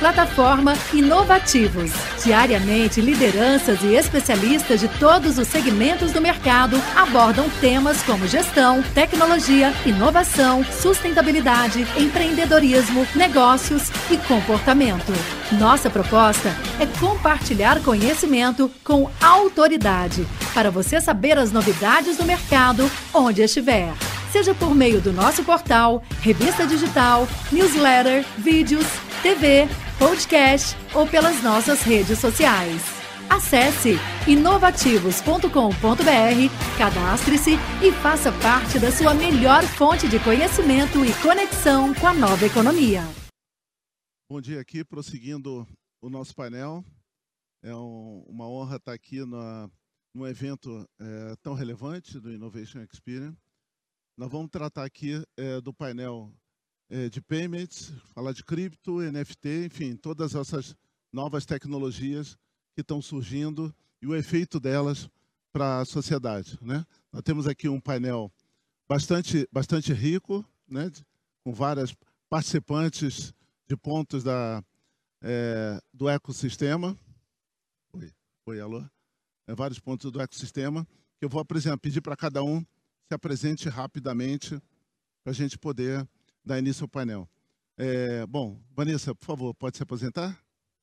plataforma Inovativos. Diariamente, lideranças e especialistas de todos os segmentos do mercado abordam temas como gestão, tecnologia, inovação, sustentabilidade, empreendedorismo, negócios e comportamento. Nossa proposta é compartilhar conhecimento com autoridade, para você saber as novidades do mercado onde estiver. Seja por meio do nosso portal, revista digital, newsletter, vídeos, TV, podcast ou pelas nossas redes sociais. Acesse inovativos.com.br, cadastre-se e faça parte da sua melhor fonte de conhecimento e conexão com a nova economia. Bom dia aqui, prosseguindo o nosso painel. É uma honra estar aqui num evento tão relevante do Innovation Experience. Nós vamos tratar aqui do painel de payments, falar de cripto, NFT, enfim, todas essas novas tecnologias que estão surgindo e o efeito delas para a sociedade, né? Nós temos aqui um painel bastante rico, né, com várias participantes de pontos do ecossistema. Oi, alô? Vários pontos do ecossistema que eu vou pedir para cada um se apresente rapidamente para a gente poder dar início ao painel. Bom, Vanessa, por favor, pode se apresentar?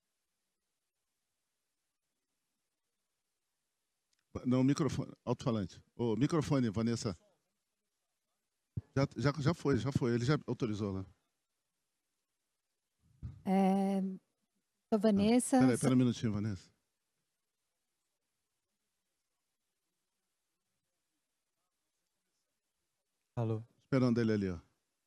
Não, microfone, alto-falante. O microfone, Vanessa. Já foi, ele já autorizou lá. Sou Vanessa. Espera um minutinho, Vanessa. Alô. Esperando ele ali, ó.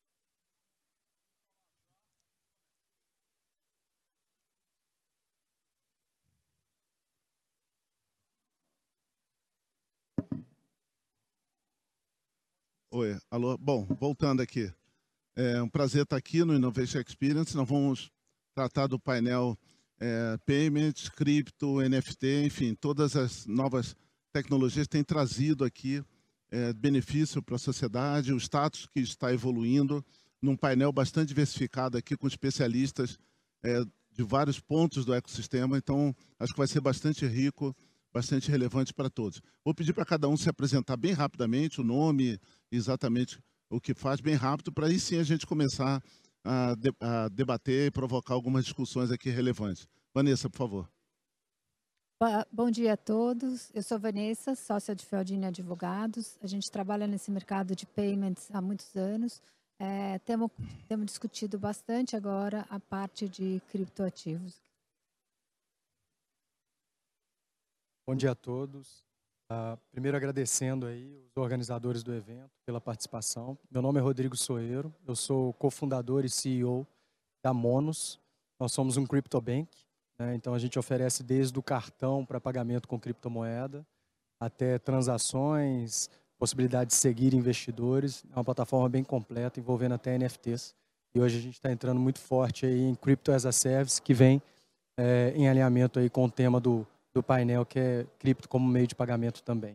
Oi, alô. Bom, voltando aqui. É um prazer estar aqui no Innovation Experience. Nós vamos tratar do painel Payments, Cripto, NFT, enfim, todas as novas tecnologias têm trazido aqui benefício para a sociedade, o status que está evoluindo, num painel bastante diversificado aqui com especialistas de vários pontos do ecossistema. Então, acho que vai ser bastante rico, bastante relevante para todos. Vou pedir para cada um se apresentar bem rapidamente, o nome, exatamente o que faz, bem rápido, para aí sim a gente começar a debater e provocar algumas discussões aqui relevantes. Vanessa, por favor. Bom dia a todos. Eu sou Vanessa, sócia de Feldini Advogados. A gente trabalha nesse mercado de payments há muitos anos. Temos discutido bastante agora a parte de criptoativos. Bom dia a todos. Primeiro agradecendo aí os organizadores do evento pela participação. Meu nome é Rodrigo Soeiro, eu sou cofundador e CEO da Monos. Nós somos um CryptoBank, né? Então a gente oferece desde o cartão para pagamento com criptomoeda até transações, possibilidade de seguir investidores. É uma plataforma bem completa, envolvendo até NFTs. E hoje a gente está entrando muito forte aí em Crypto as a Service, que vem em alinhamento aí com o tema do painel, que é cripto como meio de pagamento também.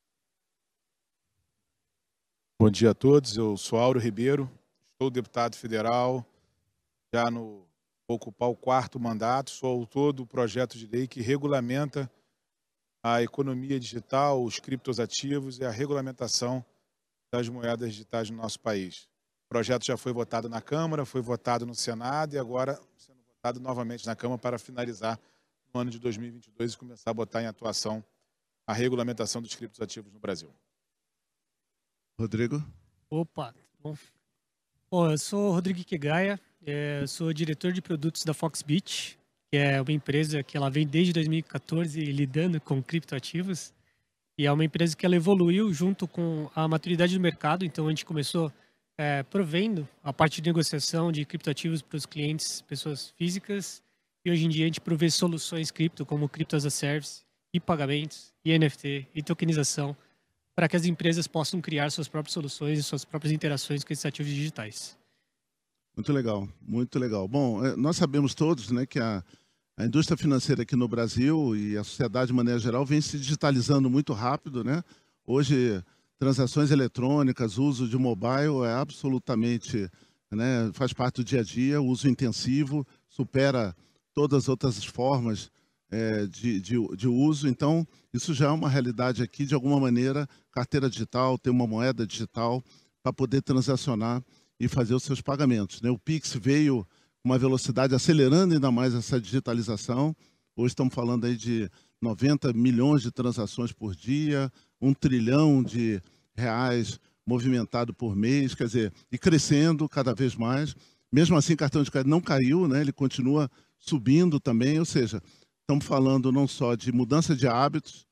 Bom dia a todos, eu sou Áureo Ribeiro, sou deputado federal, vou ocupar o 4º mandato, sou autor do projeto de lei que regulamenta a economia digital, os criptoativos e a regulamentação das moedas digitais no nosso país. O projeto já foi votado na Câmara, foi votado no Senado e agora sendo votado novamente na Câmara para finalizar no ano de 2022 e começar a botar em atuação a regulamentação dos criptoativos no Brasil. Rodrigo. Opa, bom, eu sou Rodrigo Ikegaia, sou diretor de produtos da Foxbit, que é uma empresa que ela vem desde 2014 lidando com criptoativos, e é uma empresa que ela evoluiu junto com a maturidade do mercado. Então a gente começou provendo a parte de negociação de criptoativos para os clientes, pessoas físicas, e hoje em dia a gente provê soluções cripto, como Crypto as a Service, e pagamentos, e NFT, e tokenização, para que as empresas possam criar suas próprias soluções e suas próprias interações com esses ativos digitais. Muito legal, muito legal. Bom, nós sabemos todos, né, que a indústria financeira aqui no Brasil e a sociedade de maneira geral vem se digitalizando muito rápido, né? Hoje, transações eletrônicas, uso de mobile é absolutamente, né, faz parte do dia a dia, uso intensivo, supera todas as outras formas de uso. Então, isso já é uma realidade aqui, de alguma maneira, carteira digital, ter uma moeda digital para poder transacionar e fazer os seus pagamentos, né? O Pix veio com uma velocidade acelerando ainda mais essa digitalização. Hoje estamos falando aí de 90 milhões de transações por dia, 1 trilhão de reais movimentado por mês, quer dizer, e crescendo cada vez mais. Mesmo assim, cartão de crédito não caiu, né? Ele continua subindo também, ou seja, estamos falando não só de mudança de hábitos,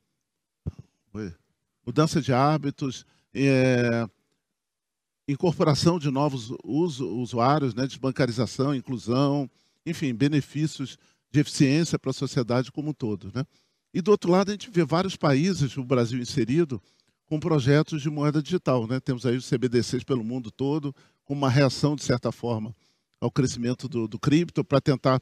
incorporação de novos usuários, né? Desbancarização, inclusão, enfim, benefícios de eficiência para a sociedade como um todo, né? E do outro lado, a gente vê vários países, o Brasil inserido, com projetos de moeda digital, né? Temos aí os CBDCs pelo mundo todo, com uma reação, de certa forma, ao crescimento do cripto, para tentar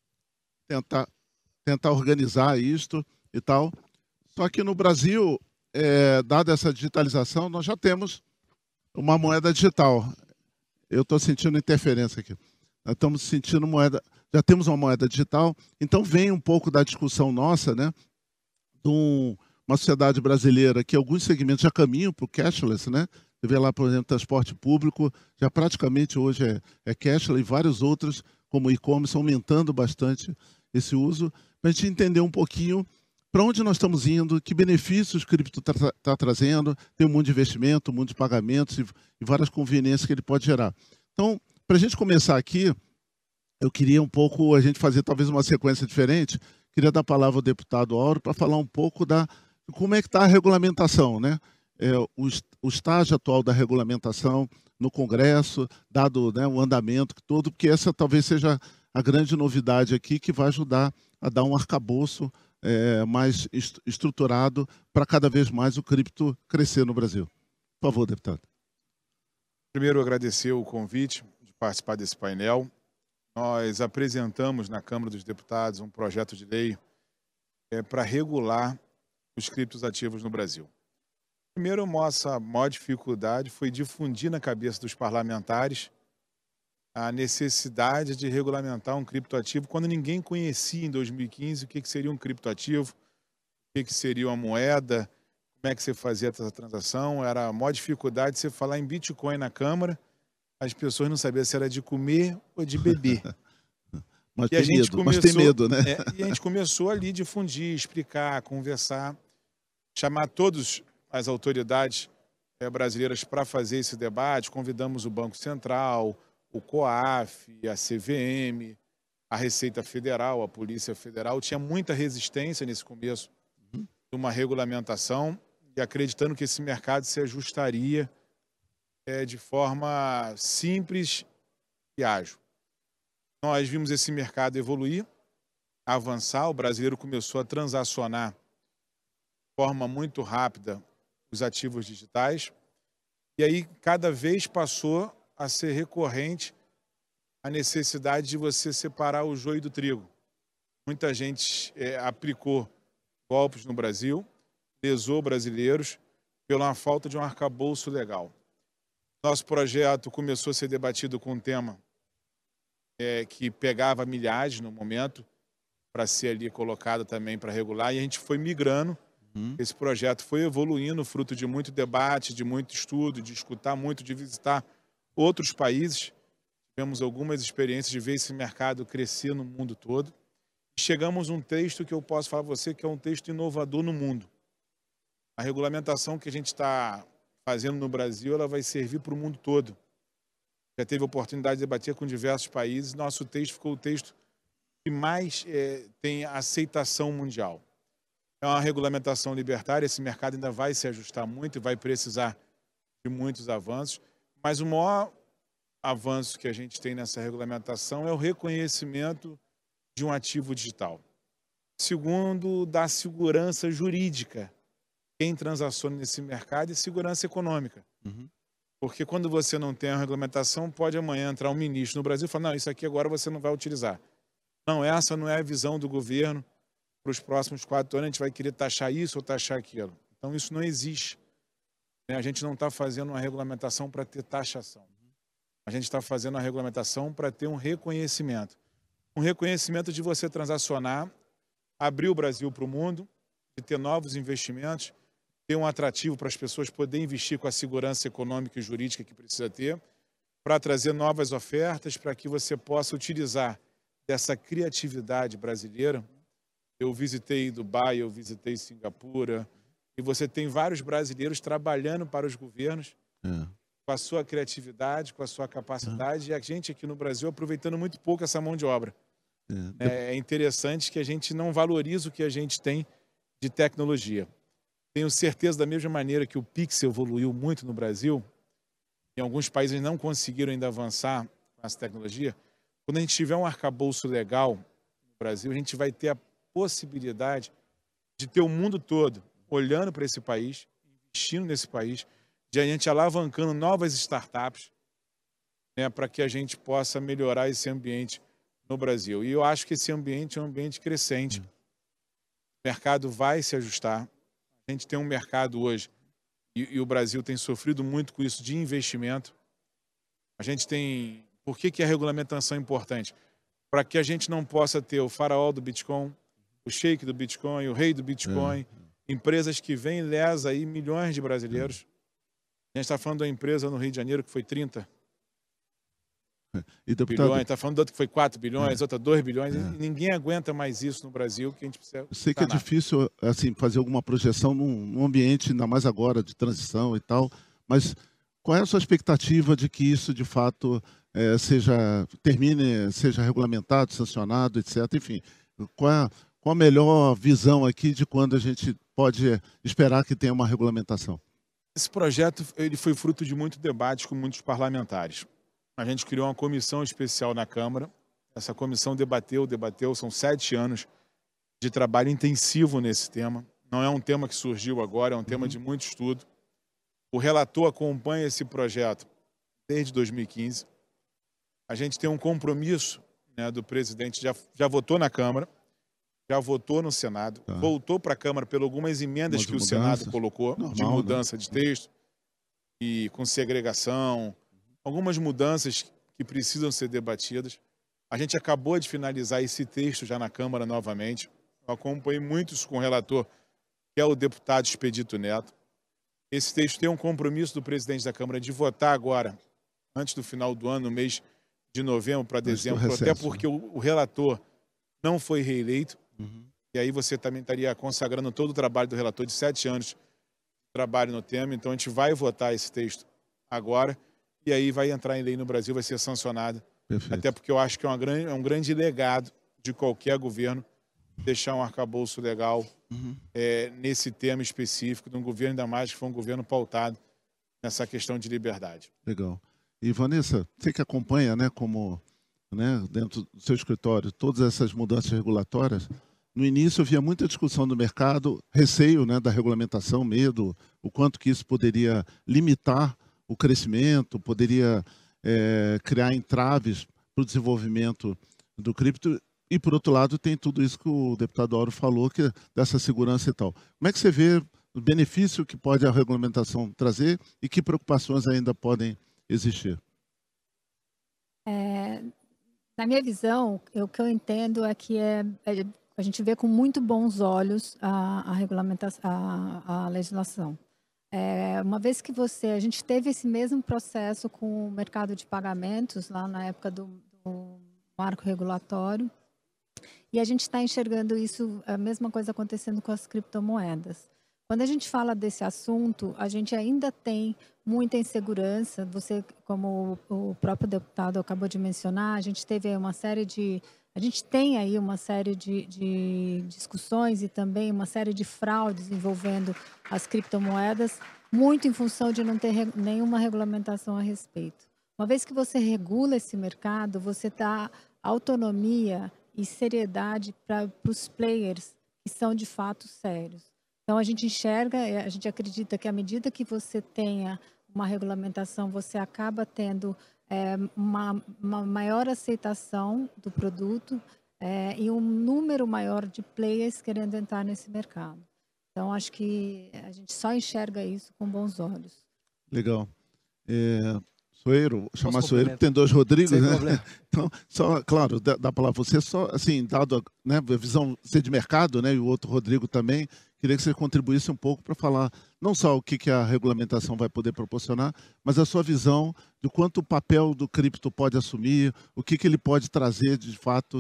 organizar isto e tal. Só que no Brasil, dada essa digitalização, nós já temos uma moeda digital. Eu estou sentindo interferência aqui. Nós estamos sentindo já temos uma moeda digital, então vem um pouco da discussão nossa, né? De uma sociedade brasileira que alguns segmentos já caminham para o cashless, né? Você vê lá, por exemplo, transporte público, já praticamente hoje é cashless, e vários outros, como e-commerce, aumentando bastante esse uso, para a gente entender um pouquinho para onde nós estamos indo, que benefícios o cripto está trazendo, tem um mundo de investimento, um mundo de pagamentos e várias conveniências que ele pode gerar. Então, para a gente começar aqui, eu queria um pouco a gente fazer talvez uma sequência diferente. Queria dar a palavra ao deputado Auro para falar um pouco como é que está a regulamentação, né? O estágio atual da regulamentação no Congresso, dado, né, o andamento todo, porque essa talvez seja a grande novidade aqui que vai ajudar a dar um arcabouço mais estruturado para cada vez mais o cripto crescer no Brasil. Por favor, deputado. Primeiro, agradecer o convite de participar desse painel. Nós apresentamos na Câmara dos Deputados um projeto de lei para regular os criptos ativos no Brasil. Primeiro, a nossa maior dificuldade foi difundir na cabeça dos parlamentares a necessidade de regulamentar um criptoativo quando ninguém conhecia em 2015 o que seria um criptoativo, o que seria uma moeda, como é que você fazia essa transação. Era a maior dificuldade de você falar em Bitcoin na Câmara, as pessoas não sabiam se era de comer ou de beber. Mas tem medo, né? E a gente começou ali a difundir, explicar, conversar, chamar todas as autoridades brasileiras para fazer esse debate. Convidamos o Banco Central, o COAF, a CVM, a Receita Federal, a Polícia Federal. Tinha muita resistência nesse começo de uma regulamentação e acreditando que esse mercado se ajustaria de forma simples e ágil. Nós vimos esse mercado evoluir, avançar. O brasileiro começou a transacionar de forma muito rápida os ativos digitais. E aí, cada vez passou a ser recorrente a necessidade de você separar o joio do trigo. Muita gente aplicou golpes no Brasil, lesou brasileiros pela falta de um arcabouço legal. Nosso projeto começou a ser debatido com um tema que pegava milhares no momento, para ser ali colocado também para regular, e a gente foi migrando. Esse projeto foi evoluindo, fruto de muito debate, de muito estudo, de escutar muito, de visitar outros países. Tivemos algumas experiências de ver esse mercado crescer no mundo todo. Chegamos a um texto que eu posso falar para você que é um texto inovador no mundo. A regulamentação que a gente está fazendo no Brasil, ela vai servir para o mundo todo. Já teve a oportunidade de debater com diversos países. Nosso texto ficou o texto que mais tem aceitação mundial. É uma regulamentação libertária, esse mercado ainda vai se ajustar muito e vai precisar de muitos avanços, mas o maior avanço que a gente tem nessa regulamentação é o reconhecimento de um ativo digital. Segundo, da segurança jurídica. Quem transaciona nesse mercado e segurança econômica. Porque quando você não tem a regulamentação, pode amanhã entrar um ministro no Brasil e falar, não, isso aqui agora você não vai utilizar. Não, essa não é a visão do governo. Para os próximos 4 anos a gente vai querer taxar isso ou taxar aquilo. Então isso não existe. A gente não está fazendo uma regulamentação para ter taxação. A gente está fazendo uma regulamentação para ter um reconhecimento. um reconhecimento de você transacionar, abrir o Brasil para o mundo, de ter novos investimentos, ter um atrativo para as pessoas poderem investir com a segurança econômica e jurídica que precisa ter, para trazer novas ofertas, para que você possa utilizar dessa criatividade brasileira. Eu visitei Dubai, eu visitei Singapura, e você tem vários brasileiros trabalhando para os governos, com a sua criatividade, com a sua capacidade, e a gente aqui no Brasil aproveitando muito pouco essa mão de obra. É interessante que a gente não valoriza o que a gente tem de tecnologia. Tenho certeza, da mesma maneira que o Pix evoluiu muito no Brasil, em alguns países não conseguiram ainda avançar com essa tecnologia, quando a gente tiver um arcabouço legal no Brasil, a gente vai ter a possibilidade de ter o mundo todo olhando para esse país, investindo nesse país, de a gente alavancando novas startups, né, para que a gente possa melhorar esse ambiente no Brasil. E eu acho que esse ambiente é um ambiente crescente. O mercado vai se ajustar. A gente tem um mercado hoje, e o Brasil tem sofrido muito com isso, de investimento. A gente tem... Por que a regulamentação é importante? Para que a gente não possa ter o faraó do Bitcoin, o sheik do Bitcoin, o rei do Bitcoin, empresas que vêm e lesam aí milhões de brasileiros. A gente está falando da empresa no Rio de Janeiro que foi 30 bilhões, está falando de outra que foi 4 bilhões, outra 2 bilhões, e ninguém aguenta mais isso no Brasil, que a gente precisa... Eu sei que é difícil assim, fazer alguma projeção num ambiente, ainda mais agora, de transição e tal, mas qual é a sua expectativa de que isso, de fato, seja regulamentado, sancionado, etc. Enfim, qual a melhor visão aqui de quando a gente pode esperar que tenha uma regulamentação? Esse projeto ele foi fruto de muito debate com muitos parlamentares. A gente criou uma comissão especial na Câmara. Essa comissão debateu, são 7 anos de trabalho intensivo nesse tema. Não é um tema que surgiu agora, é um tema de muito estudo. O relator acompanha esse projeto desde 2015. A gente tem um compromisso, né, do presidente, já votou na Câmara, já votou no Senado, voltou para a Câmara por algumas emendas que o Senado colocou, de mudança de texto, e com segregação, algumas mudanças que precisam ser debatidas. A gente acabou de finalizar esse texto já na Câmara novamente. Eu acompanhei muitos com o relator, que é o deputado Expedito Neto. Esse texto tem um compromisso do presidente da Câmara de votar agora, antes do final do ano, no mês de novembro para dezembro, até porque o relator não foi reeleito. E aí você também estaria consagrando todo o trabalho do relator de 7 anos de trabalho no tema. Então a gente vai votar esse texto agora. E aí vai entrar em lei no Brasil, vai ser sancionado. Perfeito. Até porque eu acho que é um grande legado de qualquer governo deixar um arcabouço legal nesse tema específico, de um governo, ainda mais que foi um governo pautado nessa questão de liberdade. Legal. E Vanessa, você que acompanha, né, como, né, dentro do seu escritório, todas essas mudanças regulatórias, no início havia muita discussão no mercado, receio, né, da regulamentação, medo, o quanto que isso poderia limitar o crescimento, poderia criar entraves para o desenvolvimento do cripto. E, por outro lado, tem tudo isso que o deputado Auro falou, que dessa segurança e tal. Como é que você vê o benefício que pode a regulamentação trazer e que preocupações ainda podem existir? Na minha visão, o que eu entendo é que a gente vê com muito bons olhos a regulamentação, a legislação. Uma vez que a gente teve esse mesmo processo com o mercado de pagamentos, lá na época do marco regulatório, e a gente está enxergando isso, a mesma coisa acontecendo com as criptomoedas. Quando a gente fala desse assunto, a gente ainda tem muita insegurança. Você, como o próprio deputado acabou de mencionar, a gente tem aí uma série de discussões e também uma série de fraudes envolvendo as criptomoedas, muito em função de não ter nenhuma regulamentação a respeito. Uma vez que você regula esse mercado, você dá autonomia e seriedade para os players que são de fato sérios. Então, a gente acredita que à medida que você tenha uma regulamentação, você acaba tendo uma maior aceitação do produto e um número maior de players querendo entrar nesse mercado. Então, acho que a gente só enxerga isso com bons olhos. Legal. Soeiro, chamar Posso Soeiro, complementar? tem dois Rodrigos, Sem né? problema. Então, só, claro, dá para você só, assim, dado né, a visão ser de mercado, né, e o outro Rodrigo também, queria que você contribuísse um pouco para falar não só o que a regulamentação vai poder proporcionar, mas a sua visão de quanto o papel do cripto pode assumir, o que ele pode trazer de fato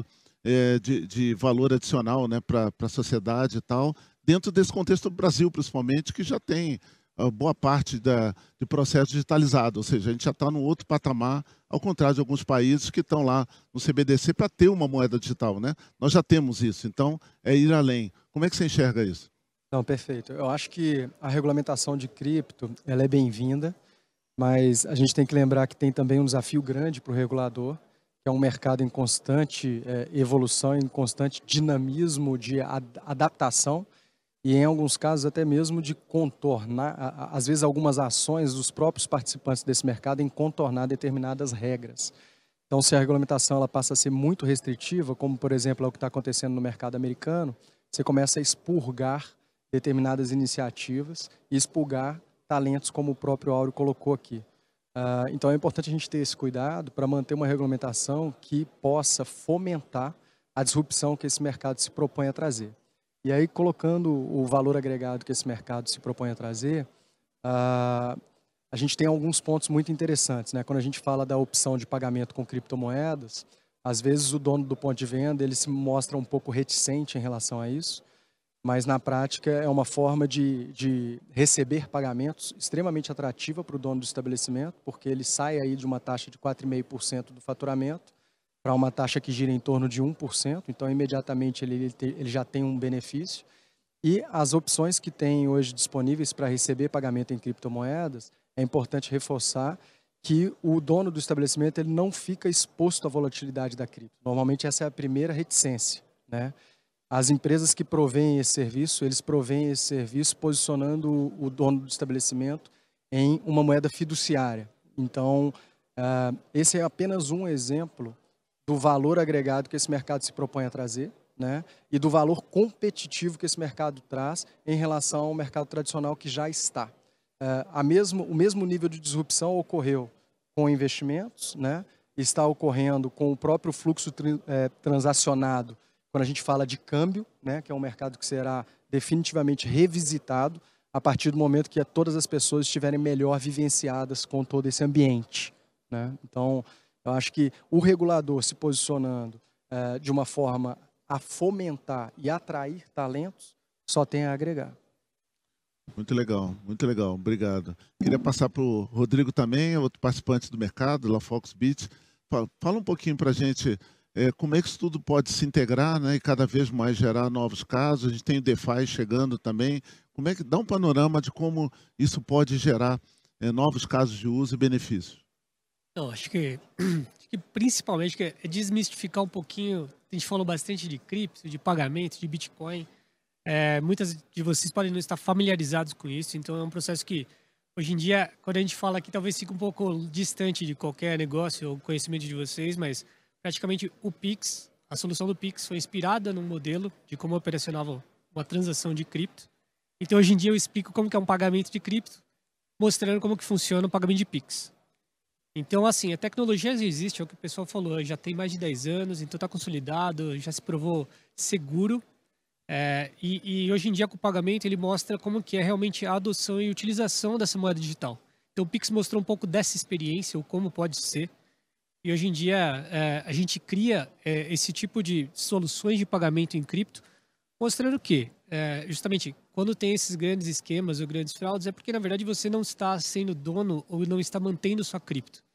de valor adicional, né, para a sociedade e tal, dentro desse contexto do Brasil, principalmente, que já tem boa parte de processo digitalizado, ou seja, a gente já está num outro patamar, ao contrário de alguns países que estão lá no CBDC para ter uma moeda digital, né? Nós já temos isso, então é ir além. Como é que você enxerga isso? Não, perfeito. Eu acho que a regulamentação de cripto, ela é bem-vinda, mas a gente tem que lembrar que tem também um desafio grande para o regulador, que é um mercado em constante evolução, em constante dinamismo de adaptação, e em alguns casos até mesmo de contornar, às vezes algumas ações dos próprios participantes desse mercado em contornar determinadas regras. Então, se a regulamentação ela passa a ser muito restritiva, como por exemplo é o que está acontecendo no mercado americano, você começa a expurgar determinadas iniciativas e expurgar talentos, como o próprio Áureo colocou aqui. Então é importante a gente ter esse cuidado para manter uma regulamentação que possa fomentar a disrupção que esse mercado se propõe a trazer. E aí, colocando o valor agregado que esse mercado se propõe a trazer, a gente tem alguns pontos muito interessantes, né? Quando a gente fala da opção de pagamento com criptomoedas, às vezes o dono do ponto de venda ele se mostra um pouco reticente em relação a isso, mas na prática é uma forma de receber pagamentos extremamente atrativa para o dono do estabelecimento, porque ele sai aí de uma taxa de 4,5% do faturamento para uma taxa que gira em torno de 1%, então imediatamente ele já tem um benefício. E as opções que tem hoje disponíveis para receber pagamento em criptomoedas, é importante reforçar que o dono do estabelecimento ele não fica exposto à volatilidade da cripto. Normalmente essa é a primeira reticência, né? As empresas que provêm esse serviço, eles provêm esse serviço posicionando o dono do estabelecimento em uma moeda fiduciária. Então, esse é apenas um exemplo do valor agregado que esse mercado se propõe a trazer, né? E do valor competitivo que esse mercado traz em relação ao mercado tradicional que já está. O mesmo nível de disrupção ocorreu com investimentos, né? Está ocorrendo com o próprio fluxo transacionado, quando a gente fala de câmbio, né? Que é um mercado que será definitivamente revisitado a partir do momento que todas as pessoas estiverem melhor vivenciadas com todo esse ambiente, né? Então, eu acho que o regulador se posicionando de uma forma a fomentar e atrair talentos só tem a agregar. Muito legal, obrigado. Queria passar para o Rodrigo também, outro participante do mercado, da Foxbit. Fala um pouquinho para a gente como é que isso tudo pode se integrar, né, e cada vez mais gerar novos casos. A gente tem o DeFi chegando também. Como é que dá um panorama de como isso pode gerar novos casos de uso e benefícios? Não, acho que principalmente é desmistificar um pouquinho. A gente falou bastante de cripto, de pagamento, de Bitcoin. Muitas de vocês podem não estar familiarizados com isso, então é um processo que, hoje em dia, quando a gente fala aqui, talvez fique um pouco distante de qualquer negócio ou conhecimento de vocês, mas praticamente o Pix, a solução do Pix foi inspirada num modelo de como operacionava uma transação de cripto. Então, hoje em dia, eu explico como que é um pagamento de cripto, mostrando como que funciona o pagamento de Pix. Então, assim, a tecnologia já existe, é o que o pessoal falou, já tem mais de 10 anos, então está consolidado, já se provou seguro. E hoje em dia, com o pagamento, ele mostra como que é realmente a adoção e utilização dessa moeda digital. Então, o Pix mostrou um pouco dessa experiência, ou como pode ser. E hoje em dia, a gente cria esse tipo de soluções de pagamento em cripto, mostrando que, justamente, quando tem esses grandes esquemas ou grandes fraudes, é porque, na verdade, você não está sendo dono ou não está mantendo sua cripto.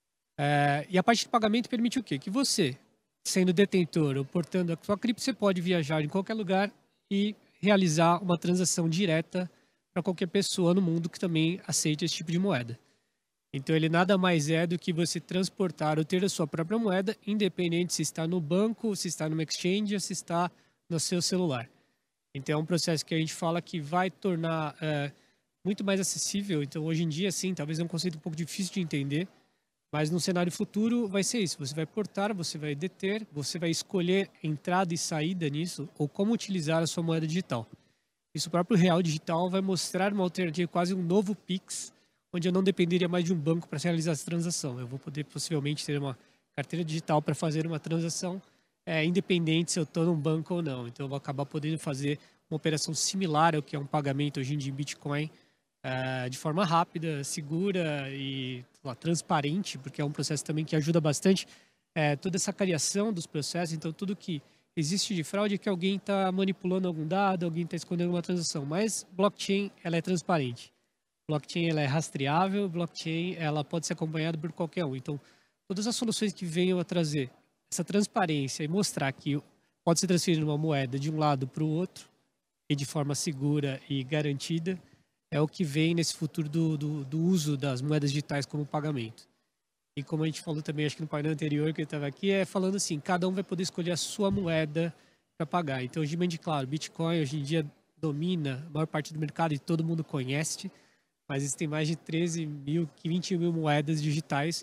E a parte de pagamento permite o quê? Que você, sendo detentor ou portando a sua cripto, você pode viajar em qualquer lugar e realizar uma transação direta para qualquer pessoa no mundo que também aceite esse tipo de moeda. Então, ele nada mais é do que você transportar ou ter a sua própria moeda, independente se está no banco, se está numa exchange ou se está no seu celular. Então, é um processo que a gente fala que vai tornar muito mais acessível. Então, hoje em dia, sim, talvez é um conceito um pouco difícil de entender, mas no cenário futuro vai ser isso. Você vai portar, você vai deter, você vai escolher entrada e saída nisso, ou como utilizar a sua moeda digital. Isso, o próprio Real Digital vai mostrar uma alternativa, quase um novo Pix, onde eu não dependeria mais de um banco para realizar essa transação. Eu vou poder possivelmente ter uma carteira digital para fazer uma transação independente se eu estou num banco ou não. Então eu vou acabar podendo fazer uma operação similar ao que é um pagamento hoje em dia em Bitcoin, de forma rápida, segura e transparente, porque é um processo também que ajuda bastante toda essa criação dos processos. Então tudo que existe de fraude é que alguém está manipulando algum dado, alguém está escondendo uma transação. Mas blockchain, ela é transparente. Blockchain, ela é rastreável. Blockchain, ela pode ser acompanhada por qualquer um. Então, todas as soluções que venham a trazer essa transparência e mostrar que pode ser transferido uma moeda de um lado para o outro e de forma segura e garantida é o que vem nesse futuro do uso das moedas digitais como pagamento. E como a gente falou também, acho que no painel anterior que eu estava aqui, falando assim, cada um vai poder escolher a sua moeda para pagar. Então, hoje, claro, Bitcoin hoje em dia domina a maior parte do mercado e todo mundo conhece, mas existem mais de 20 mil moedas digitais.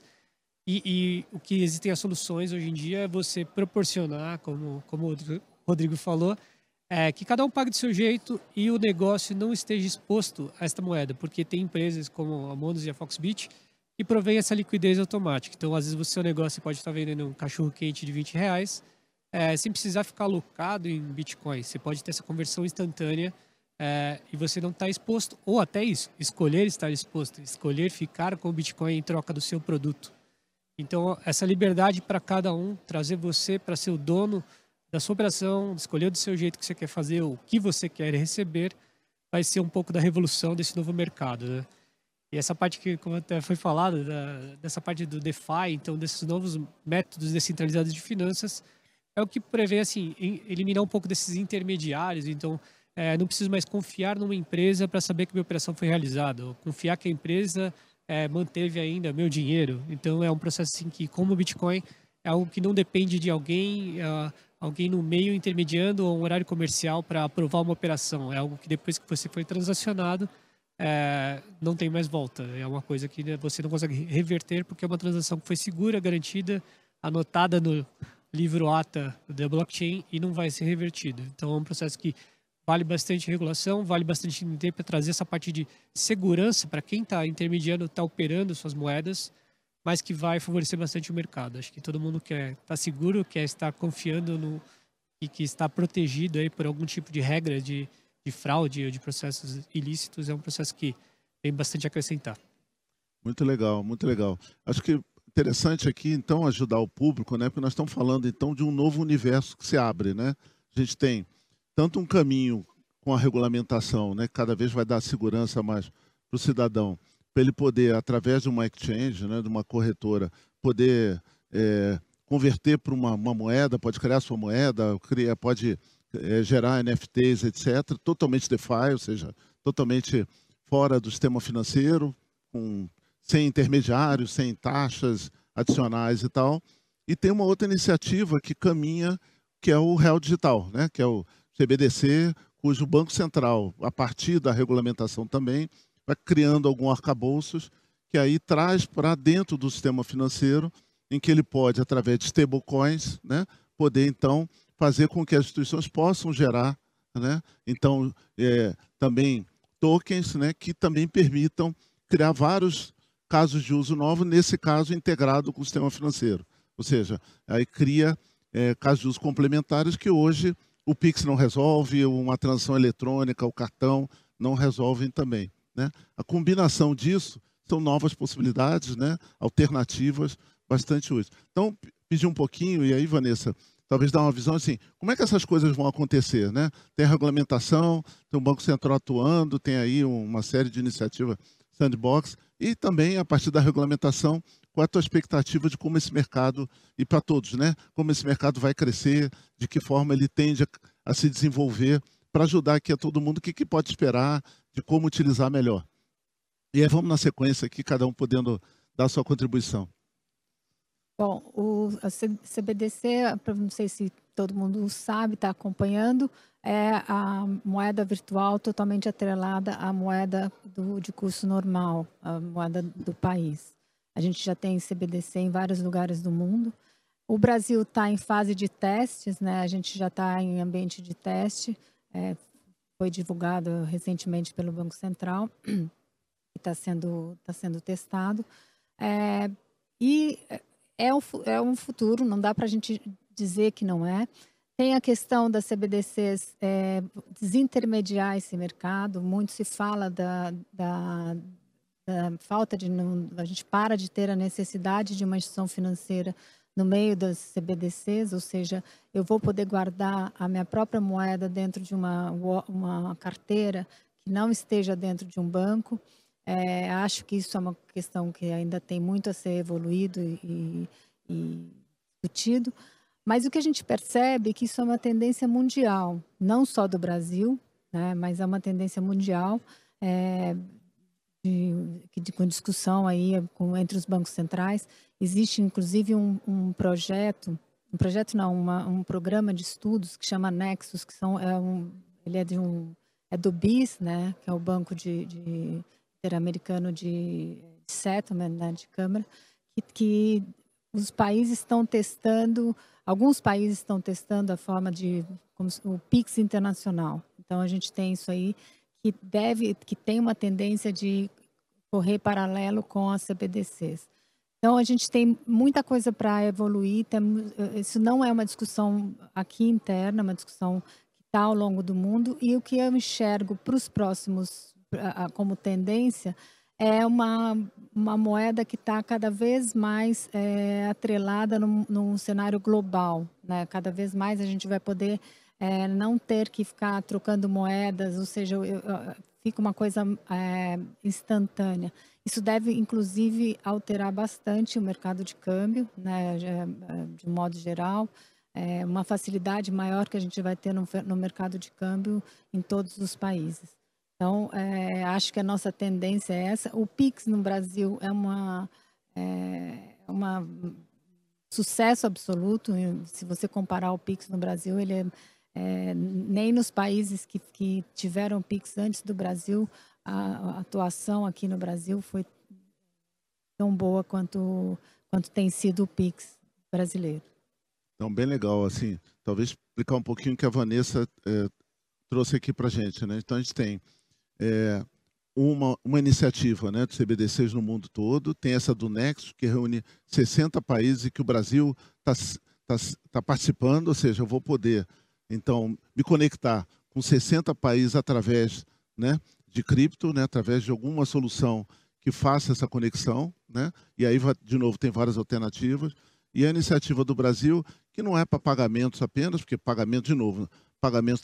E o que existem as soluções hoje em dia é você proporcionar, como o Rodrigo falou, que cada um pague do seu jeito e o negócio não esteja exposto a esta moeda, porque tem empresas como a Monos e a Foxbit que provém essa liquidez automática. Então, às vezes, o seu negócio pode estar vendendo um cachorro-quente de R$20, sem precisar ficar alocado em Bitcoin. Você pode ter essa conversão instantânea e você não está exposto, ou até isso, escolher estar exposto, escolher ficar com o Bitcoin em troca do seu produto. Então, essa liberdade para cada um, trazer você para ser o dono da sua operação, escolher do seu jeito que você quer fazer, o que você quer receber, vai ser um pouco da revolução desse novo mercado, né? E essa parte que, como até foi falado, dessa parte do DeFi, então desses novos métodos descentralizados de finanças, é o que prevê assim, eliminar um pouco desses intermediários. Então, não preciso mais confiar numa empresa para saber que minha operação foi realizada, ou confiar que a empresa manteve ainda meu dinheiro. Então, é um processo assim que, como o Bitcoin, é algo que não depende de alguém no meio intermediando ou um horário comercial para aprovar uma operação. É algo que depois que você foi transacionado, não tem mais volta. É uma coisa que você não consegue reverter porque é uma transação que foi segura, garantida, anotada no livro ATA da blockchain e não vai ser revertido. Então é um processo que vale bastante regulação, vale bastante tempo para trazer essa parte de segurança para quem está intermediando, está operando suas moedas, mas que vai favorecer bastante o mercado. Acho que todo mundo quer estar seguro, quer estar confiando e que está protegido aí por algum tipo de regra de fraude ou de processos ilícitos. É um processo que tem bastante a acrescentar. Muito legal, muito legal. Acho que interessante aqui, então, ajudar o público, né? Porque nós estamos falando, então, de um novo universo que se abre, né? A gente tem tanto um caminho com a regulamentação, né? Que cada vez vai dar segurança mais para o cidadão, para ele poder, através de uma exchange, né? De uma corretora, poder converter para uma moeda, pode criar sua moeda, pode gerar NFTs, etc., totalmente DeFi, ou seja, totalmente fora do sistema financeiro, sem intermediários, sem taxas adicionais e tal. E tem uma outra iniciativa que caminha, que é o Real Digital, né? Que é o CBDC, cujo Banco Central, a partir da regulamentação também, vai criando alguns arcabouços que aí traz para dentro do sistema financeiro, em que ele pode, através de stablecoins, né, poder, então, fazer com que as instituições possam gerar, né, então, também tokens, né, que também permitam criar vários casos de uso novo, nesse caso integrado com o sistema financeiro. Ou seja, aí cria casos de uso complementares que hoje o Pix não resolve, uma transação eletrônica, o cartão não resolvem também, né? A combinação disso são novas possibilidades, né, alternativas bastante úteis. Então, pedir um pouquinho, e aí, Vanessa, talvez dar uma visão assim, como é que essas coisas vão acontecer, né? Tem a regulamentação, tem o Banco Central atuando, tem aí uma série de iniciativas sandbox, e também, a partir da regulamentação, qual é a tua expectativa de como esse mercado, e para todos, né? Como esse mercado vai crescer, de que forma ele tende a se desenvolver, para ajudar aqui a todo mundo, o que pode esperar, de como utilizar melhor. E aí vamos na sequência aqui, cada um podendo dar a sua contribuição. Bom, a CBDC, não sei se todo mundo sabe, está acompanhando, é a moeda virtual totalmente atrelada à moeda de curso normal, a moeda do país. A gente já tem CBDC em vários lugares do mundo. O Brasil está em fase de testes, né? A gente já está em ambiente de teste, foi divulgado recentemente pelo Banco Central. está sendo testado. E é um futuro, não dá para a gente dizer que não é. Tem a questão das CBDCs desintermediar esse mercado. Muito se fala da falta de... a gente para de ter a necessidade de uma instituição financeira no meio das CBDCs, ou seja, eu vou poder guardar a minha própria moeda dentro de uma carteira que não esteja dentro de um banco. Acho que isso é uma questão que ainda tem muito a ser evoluído e discutido. Mas o que a gente percebe é que isso é uma tendência mundial, não só do Brasil, né, mas é uma tendência mundial, com discussão aí entre os bancos centrais. Existe, inclusive, um programa de estudos que chama Nexus, que ele é do BIS, né, que é o Banco Interamericano de Settlement, né, de Câmara, que os países estão testando. Alguns países estão testando a forma como o PIX internacional. Então, a gente tem isso aí que tem uma tendência de correr paralelo com as CBDCs. Então, a gente tem muita coisa para evoluir. Isso não é uma discussão aqui interna, é uma discussão que está ao longo do mundo. E o que eu enxergo para os próximos, como tendência, é uma moeda que está cada vez mais atrelada num cenário global, né? Cada vez mais a gente vai poder não ter que ficar trocando moedas, ou seja, fica uma coisa instantânea. Isso deve, inclusive, alterar bastante o mercado de câmbio, né? De um modo geral. Uma facilidade maior que a gente vai ter no mercado de câmbio em todos os países. Então, acho que a nossa tendência é essa. O PIX no Brasil é um sucesso absoluto. Se você comparar o PIX no Brasil, ele nem nos países que tiveram PIX antes do Brasil, a atuação aqui no Brasil foi tão boa quanto tem sido o PIX brasileiro. Então, bem legal. Assim, talvez explicar um pouquinho o que a Vanessa trouxe aqui para a gente, né? Então, a gente tem uma iniciativa, né, de CBDCs no mundo todo. Tem essa do Nexus, que reúne 60 países e que o Brasil está participando, ou seja, eu vou poder, então, me conectar com 60 países através, né, de cripto, né, através de alguma solução que faça essa conexão, né? E aí, de novo, tem várias alternativas. E a iniciativa do Brasil, que não é para pagamentos apenas, porque pagamento, de novo, pagamentos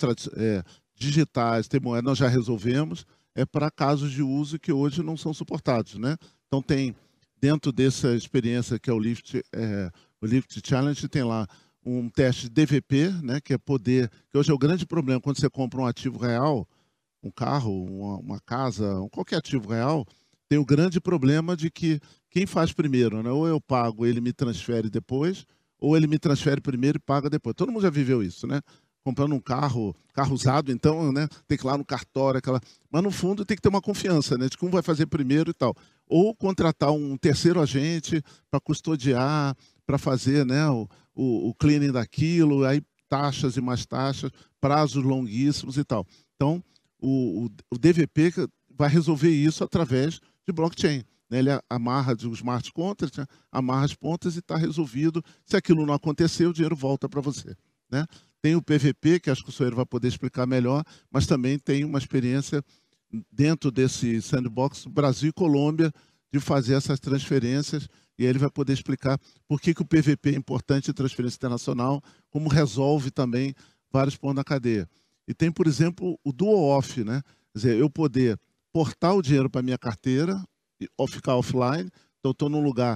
digitais, tem moeda, nós já resolvemos, é para casos de uso que hoje não são suportados, né? Então tem, dentro dessa experiência que é o Lift Challenge, tem lá um teste de DVP, né? Que hoje é o grande problema, quando você compra um ativo real, um carro, uma casa, qualquer ativo real, tem o grande problema de que quem faz primeiro, né? Ou eu pago, ele me transfere depois, ou ele me transfere primeiro e paga depois. Todo mundo já viveu isso, né? Comprando um carro usado, então, né, tem que ir lá no cartório, mas no fundo tem que ter uma confiança, né, de como vai fazer primeiro e tal. Ou contratar um terceiro agente para custodiar, para fazer, né, o cleaning daquilo, aí taxas e mais taxas, prazos longuíssimos e tal. Então, o DVP vai resolver isso através de blockchain. Né? Ele amarra os smart contracts, né, amarra as pontas e está resolvido. Se aquilo não acontecer, o dinheiro volta para você. Né? Tem o PVP, que acho que o senhor vai poder explicar melhor, mas também tem uma experiência dentro desse sandbox, Brasil e Colômbia, de fazer essas transferências, e aí ele vai poder explicar por que o PVP é importante em transferência internacional, como resolve também vários pontos na cadeia. E tem, por exemplo, o dual off, né? Quer dizer, eu poder portar o dinheiro para minha carteira, ou ficar offline, então estou num lugar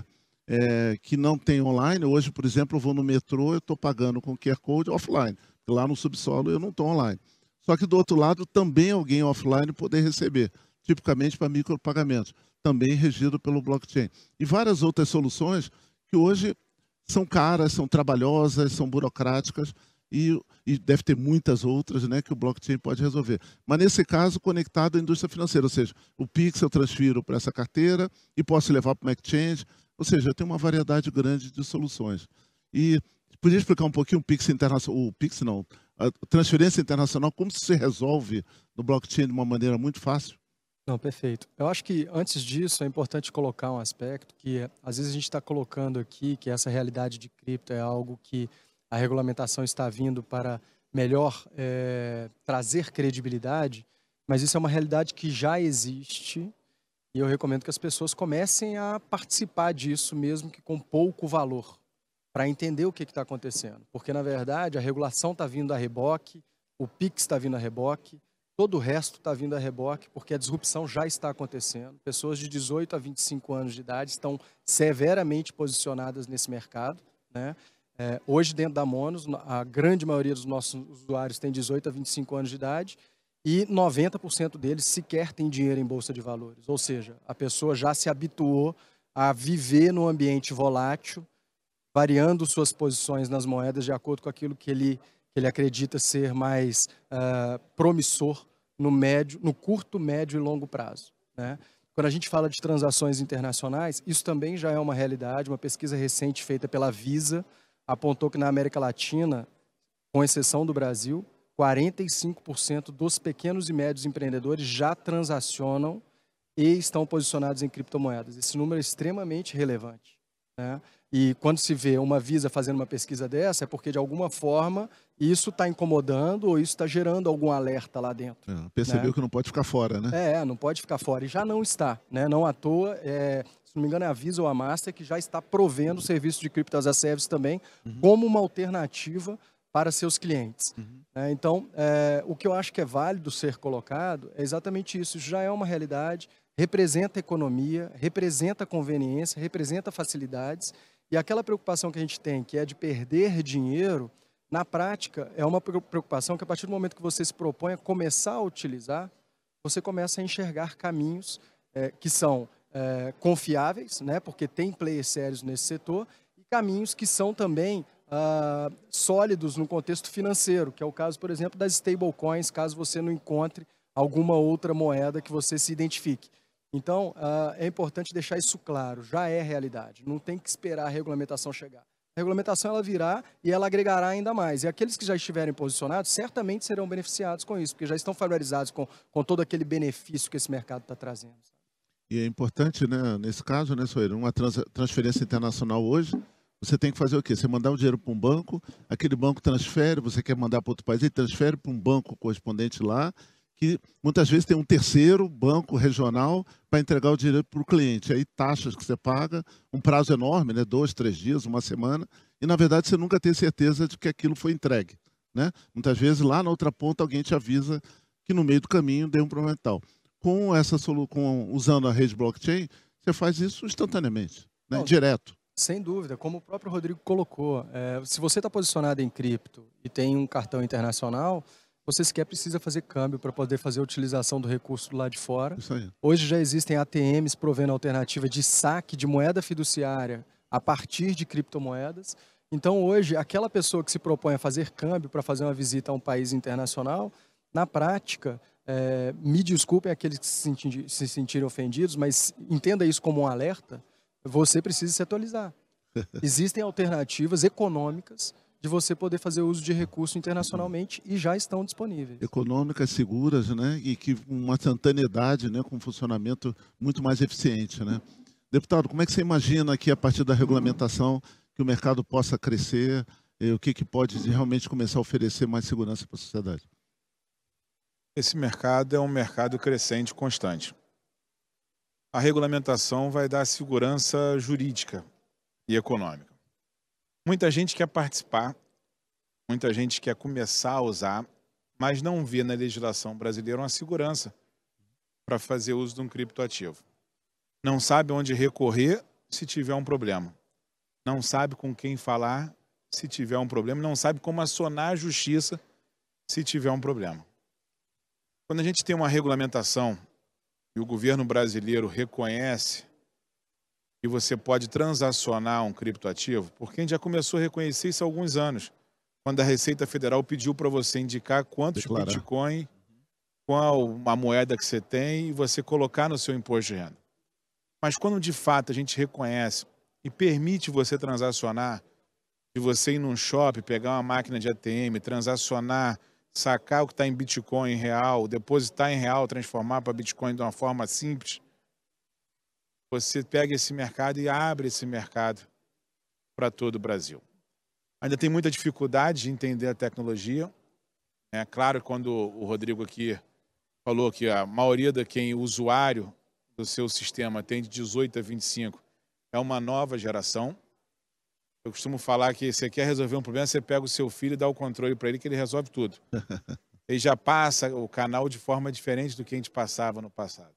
que não tem online. Hoje, por exemplo, eu vou no metrô, eu estou pagando com QR Code offline. Lá no subsolo eu não estou online. Só que do outro lado também alguém offline poder receber, tipicamente para micropagamentos, também regido pelo blockchain. E várias outras soluções que hoje são caras, são trabalhosas, são burocráticas e deve ter muitas outras, né, que o blockchain pode resolver. Mas nesse caso, conectado à indústria financeira, ou seja, o Pix eu transfiro para essa carteira e posso levar para o exchange. Ou seja, tem uma variedade grande de soluções. E podia explicar um pouquinho o Pix internacional, a transferência internacional, como se resolve no blockchain de uma maneira muito fácil? Não, perfeito. Eu acho que antes disso é importante colocar um aspecto que às vezes a gente está colocando aqui que essa realidade de cripto é algo que a regulamentação está vindo para melhor trazer credibilidade, mas isso é uma realidade que já existe e eu recomendo que as pessoas comecem a participar disso mesmo que com pouco valor, para entender o que está acontecendo. Porque, na verdade, a regulação está vindo a reboque, o PIX está vindo a reboque, todo o resto está vindo a reboque, porque a disrupção já está acontecendo. Pessoas de 18 a 25 anos de idade estão severamente posicionadas nesse mercado, né? Hoje, dentro da Monos, a grande maioria dos nossos usuários tem 18 a 25 anos de idade e 90% deles sequer tem dinheiro em bolsa de valores. Ou seja, a pessoa já se habituou a viver num ambiente volátil, variando suas posições nas moedas de acordo com aquilo que ele acredita ser mais promissor no curto, médio e longo prazo, né? Quando a gente fala de transações internacionais, isso também já é uma realidade. Uma pesquisa recente feita pela Visa apontou que na América Latina, com exceção do Brasil, 45% dos pequenos e médios empreendedores já transacionam e estão posicionados em criptomoedas. Esse número é extremamente relevante, né? E quando se vê uma Visa fazendo uma pesquisa dessa, é porque, de alguma forma, isso está incomodando ou isso está gerando algum alerta lá dentro. Percebeu, né? Que não pode ficar fora, né? Não pode ficar fora. E já não está, né? Não à toa, se não me engano, é a Visa ou a Master que já está provendo o serviço de Crypto as a Service também como uma alternativa para seus clientes. Então, o que eu acho que é válido ser colocado é exatamente isso. Isso já é uma realidade, representa economia, representa conveniência, representa facilidades. E aquela preocupação que a gente tem, que é de perder dinheiro, na prática, é uma preocupação que a partir do momento que você se propõe a começar a utilizar, você começa a enxergar caminhos que são confiáveis, né, porque tem players sérios nesse setor, e caminhos que são também sólidos no contexto financeiro, que é o caso, por exemplo, das stablecoins, caso você não encontre alguma outra moeda que você se identifique. Então, é importante deixar isso claro, já é realidade, não tem que esperar a regulamentação chegar. A regulamentação ela virá e ela agregará ainda mais. E aqueles que já estiverem posicionados certamente serão beneficiados com isso, porque já estão familiarizados com todo aquele benefício que esse mercado está trazendo. E é importante, né, nesse caso, né, Soeiro, uma transferência internacional hoje, você tem que fazer o quê? Você mandar o dinheiro para um banco, aquele banco transfere, você quer mandar para outro país, ele transfere para um banco correspondente lá, que muitas vezes tem um terceiro banco regional para entregar o dinheiro para o cliente. Aí taxas que você paga, um prazo enorme, né? 2, 3 dias, uma semana, e na verdade você nunca tem certeza de que aquilo foi entregue, né? Muitas vezes lá na outra ponta alguém te avisa que no meio do caminho deu um problema e tal. Usando a rede blockchain, você faz isso instantaneamente, né? Direto. Sem dúvida, como o próprio Rodrigo colocou, se você está posicionado em cripto e tem um cartão internacional, você sequer precisa fazer câmbio para poder fazer a utilização do recurso do lado de fora. Isso aí. Hoje já existem ATMs provendo alternativa de saque de moeda fiduciária a partir de criptomoedas. Então hoje, aquela pessoa que se propõe a fazer câmbio para fazer uma visita a um país internacional, na prática, me desculpem aqueles que se sentirem ofendidos, mas entenda isso como um alerta, você precisa se atualizar. Existem alternativas econômicas de você poder fazer uso de recurso internacionalmente e já estão disponíveis. Econômicas, seguras, né? E que uma instantaneidade, né? Com um funcionamento muito mais eficiente, né? Deputado, como é que você imagina que a partir da regulamentação que o mercado possa crescer, o que pode realmente começar a oferecer mais segurança para a sociedade? Esse mercado é um mercado crescente constante. A regulamentação vai dar segurança jurídica e econômica. Muita gente quer participar, muita gente quer começar a usar, mas não vê na legislação brasileira uma segurança para fazer uso de um criptoativo. Não sabe onde recorrer se tiver um problema. Não sabe com quem falar se tiver um problema. Não sabe como acionar a justiça se tiver um problema. Quando a gente tem uma regulamentação e o governo brasileiro reconhece que você pode transacionar um criptoativo, porque a gente já começou a reconhecer isso há alguns anos, quando a Receita Federal pediu para você indicar quantos Bitcoin, qual a moeda que você tem e você colocar no seu imposto de renda. Mas quando de fato a gente reconhece e permite você transacionar, de você ir num shopping, pegar uma máquina de ATM, transacionar sacar o que está em Bitcoin em real, depositar em real, transformar para Bitcoin de uma forma simples, você pega esse mercado e abre esse mercado para todo o Brasil. Ainda tem muita dificuldade de entender a tecnologia. É claro, quando o Rodrigo aqui falou que a maioria de quem o usuário do seu sistema tem de 18 a 25 é uma nova geração. Eu costumo falar que você quer resolver um problema, você pega o seu filho e dá o controle para ele que ele resolve tudo. Ele já passa o canal de forma diferente do que a gente passava no passado.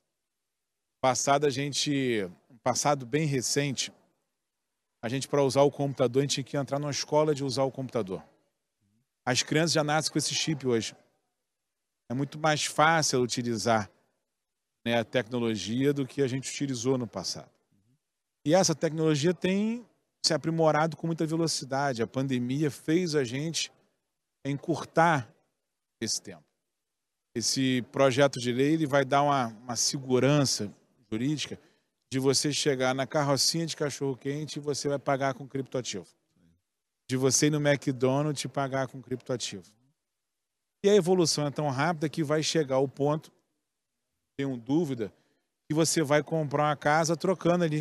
Um passado bem recente, a gente, para usar o computador, a gente tinha que entrar numa escola de usar o computador. As crianças já nascem com esse chip hoje. É muito mais fácil utilizar, né, a tecnologia do que a gente utilizou no passado. E essa tecnologia tem se aprimorado com muita velocidade. A pandemia fez a gente encurtar esse tempo. Esse projeto de lei ele vai dar uma segurança jurídica de você chegar na carrocinha de cachorro-quente e você vai pagar com criptoativo. De você ir no McDonald's e pagar com criptoativo. E a evolução é tão rápida que vai chegar ao ponto, tenho dúvida, que você vai comprar uma casa trocando ali.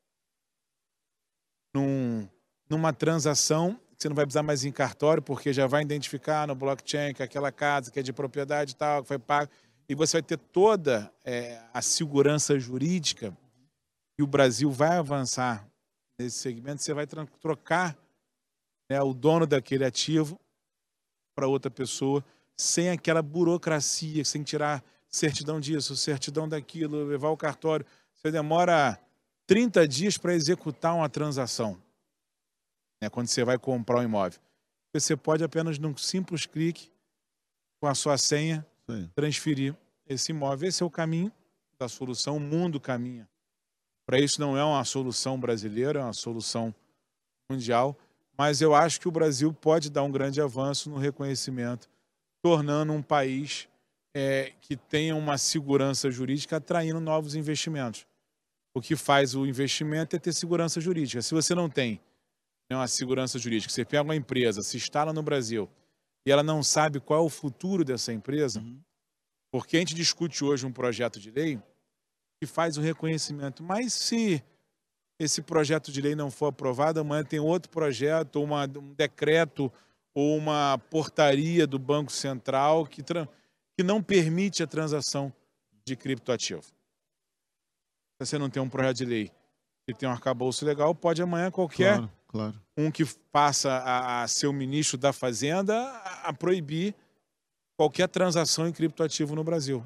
Numa transação, você não vai precisar mais ir em cartório, porque já vai identificar no blockchain que aquela casa que é de propriedade e tal, que foi paga, e você vai ter toda a segurança jurídica. E o Brasil vai avançar nesse segmento, você vai trocar, né, o dono daquele ativo para outra pessoa, sem aquela burocracia, sem tirar certidão disso, certidão daquilo, levar o cartório. Você demora 30 dias para executar uma transação, né, quando você vai comprar um imóvel. Você pode apenas, num simples clique, com a sua senha, transferir esse imóvel. Esse é o caminho da solução, o mundo caminha. Para isso não é uma solução brasileira, é uma solução mundial, mas eu acho que o Brasil pode dar um grande avanço no reconhecimento, tornando um país que tenha uma segurança jurídica, atraindo novos investimentos. O que faz o investimento é ter segurança jurídica. Se você não tem, né, uma segurança jurídica, você pega uma empresa, se instala no Brasil e ela não sabe qual é o futuro dessa empresa, porque a gente discute hoje um projeto de lei que faz o reconhecimento. Mas se esse projeto de lei não for aprovado, amanhã tem outro projeto, ou um decreto, ou uma portaria do Banco Central que não permite a transação de criptoativo. Se você não tem um projeto de lei que tem um arcabouço legal, pode amanhã qualquer um que passa a ser o ministro da Fazenda a proibir qualquer transação em criptoativo no Brasil.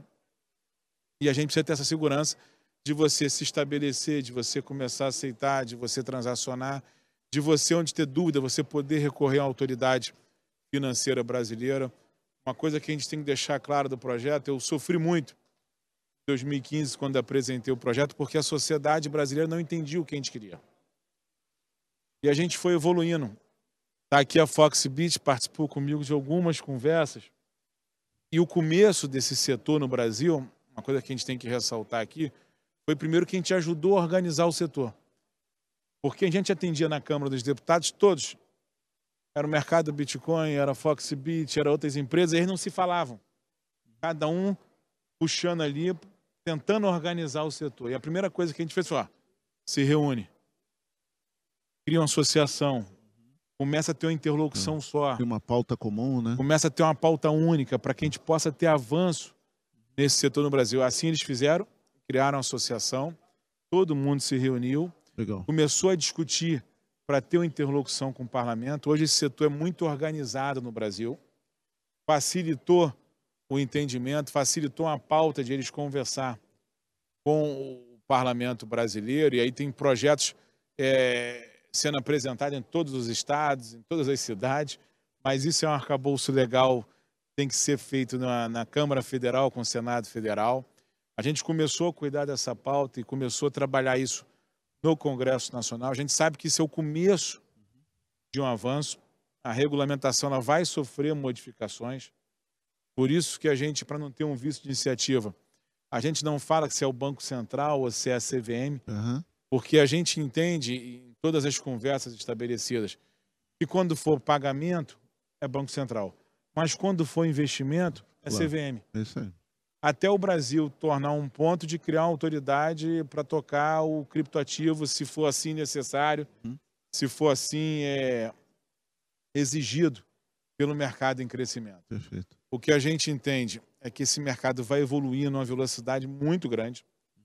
E a gente precisa ter essa segurança de você se estabelecer, de você começar a aceitar, de você transacionar, de você, onde ter dúvida, você poder recorrer à autoridade financeira brasileira. Uma coisa que a gente tem que deixar claro do projeto, eu sofri muito em 2015, quando apresentei o projeto, porque a sociedade brasileira não entendia o que a gente queria. E a gente foi evoluindo. Está aqui a Foxbit, participou comigo de algumas conversas. E o começo desse setor no Brasil, uma coisa que a gente tem que ressaltar aqui, foi primeiro que a gente ajudou a organizar o setor. Porque a gente atendia na Câmara dos Deputados, todos. Era o mercado Bitcoin, era a Foxbit, era outras empresas, e eles não se falavam. Cada um puxando ali, tentando organizar o setor. E a primeira coisa que a gente fez foi, se reúne, cria uma associação, começa a ter uma interlocução só. Tem uma pauta comum, né? Começa a ter uma pauta única para que a gente possa ter avanço nesse setor no Brasil. Assim eles fizeram, criaram uma associação, todo mundo se reuniu, começou a discutir para ter uma interlocução com o parlamento. Hoje esse setor é muito organizado no Brasil, facilitou o entendimento, facilitou a pauta de eles conversar com o parlamento brasileiro, e aí tem projetos sendo apresentados em todos os estados, em todas as cidades, mas isso é um arcabouço legal, tem que ser feito na Câmara Federal, com o Senado Federal. A gente começou a cuidar dessa pauta e começou a trabalhar isso no Congresso Nacional. A gente sabe que isso é o começo de um avanço. A regulamentação ela vai sofrer modificações. Por isso que a gente, para não ter um vício de iniciativa, a gente não fala se é o Banco Central ou se é a CVM, porque a gente entende, em todas as conversas estabelecidas, que quando for pagamento, é Banco Central. mas quando for investimento, é Claro. CVM. É isso aí. Até o Brasil tornar um ponto de criar uma autoridade para tocar o criptoativo, se for assim necessário, se for assim exigido pelo mercado em crescimento. Perfeito. O que a gente entende é que esse mercado vai evoluir numa velocidade muito grande.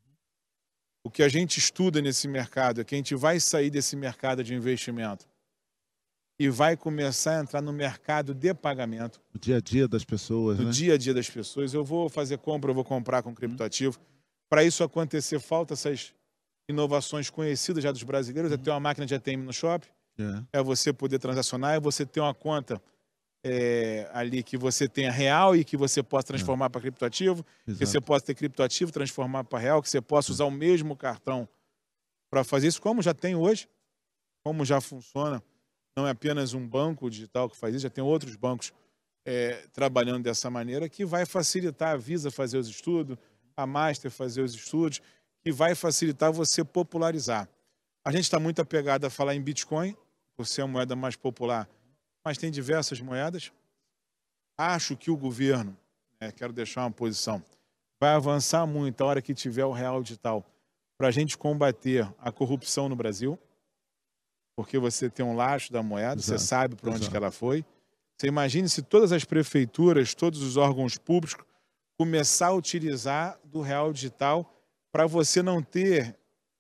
O que a gente estuda nesse mercado é que a gente vai sair desse mercado de investimento e vai começar a entrar no mercado de pagamento. O dia a dia das pessoas, No né? dia a dia das pessoas. Eu vou fazer compra, eu vou comprar com criptoativo. Para isso acontecer, falta essas inovações conhecidas já dos brasileiros, é ter uma máquina de ATM no shopping, é você poder transacionar, é você ter uma conta ali que você tenha real e que você possa transformar para criptoativo, que você possa ter criptoativo, transformar para real, que você possa usar o mesmo cartão para fazer isso, como já tem hoje, como já funciona. Não é apenas um banco digital que faz isso, já tem outros bancos trabalhando dessa maneira, que vai facilitar a Visa fazer os estudos, a Master fazer os estudos, que vai facilitar você popularizar. A gente está muito apegado a falar em Bitcoin, por ser a moeda mais popular, mas tem diversas moedas. Acho que o governo, quero deixar uma posição, vai avançar muito a hora que tiver o real digital para a gente combater a corrupção no Brasil, porque você tem um lastro da moeda, você sabe para onde que ela foi. Você imagine se todas as prefeituras, todos os órgãos públicos começar a utilizar do real digital para você não ter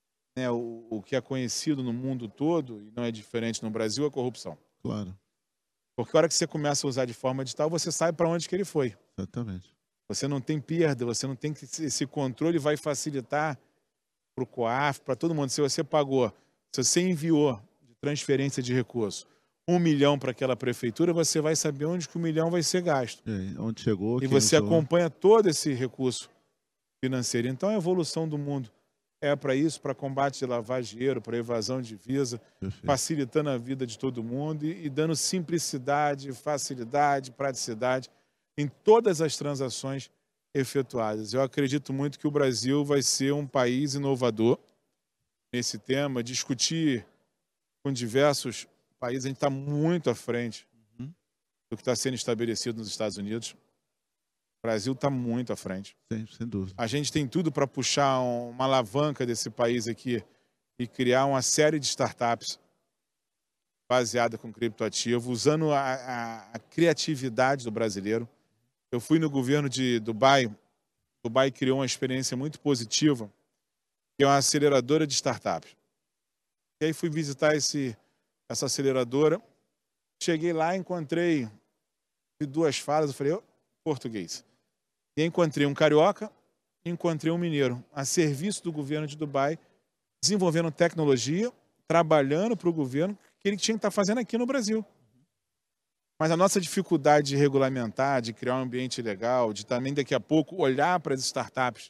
o que é conhecido no mundo todo, e não é diferente no Brasil, a corrupção. Claro. Porque a hora que você começa a usar de forma digital, você sabe para onde que ele foi. Exatamente. Você não tem perda, você não tem que... Esse controle vai facilitar para o COAF, para todo mundo. Se você pagou, se você enviou de transferência de recurso 1 milhão para aquela prefeitura, você vai saber onde que o 1 milhão vai ser gasto. Onde chegou, e você acompanha todo esse recurso financeiro. Então, a evolução do mundo é para isso, para combate de lavagem de dinheiro, para evasão de divisa, facilitando a vida de todo mundo e dando simplicidade, facilidade, praticidade em todas as transações efetuadas. Eu acredito muito que o Brasil vai ser um país inovador nesse tema, discutir com diversos países, a gente está muito à frente do que está sendo estabelecido nos Estados Unidos. O Brasil está muito à frente. Sim, sem dúvida. A gente tem tudo para puxar uma alavanca desse país aqui e criar uma série de startups baseada com criptoativo, usando a criatividade do brasileiro. Eu fui no governo de Dubai. Dubai criou uma experiência muito positiva, que é uma aceleradora de startups. E aí fui visitar essa aceleradora. Cheguei lá, encontrei duas falas, eu falei, português. E encontrei um carioca e encontrei um mineiro, a serviço do governo de Dubai, desenvolvendo tecnologia, trabalhando para o governo, que ele tinha que estar fazendo aqui no Brasil. Mas a nossa dificuldade de regulamentar, de criar um ambiente legal, de também daqui a pouco olhar para as startups,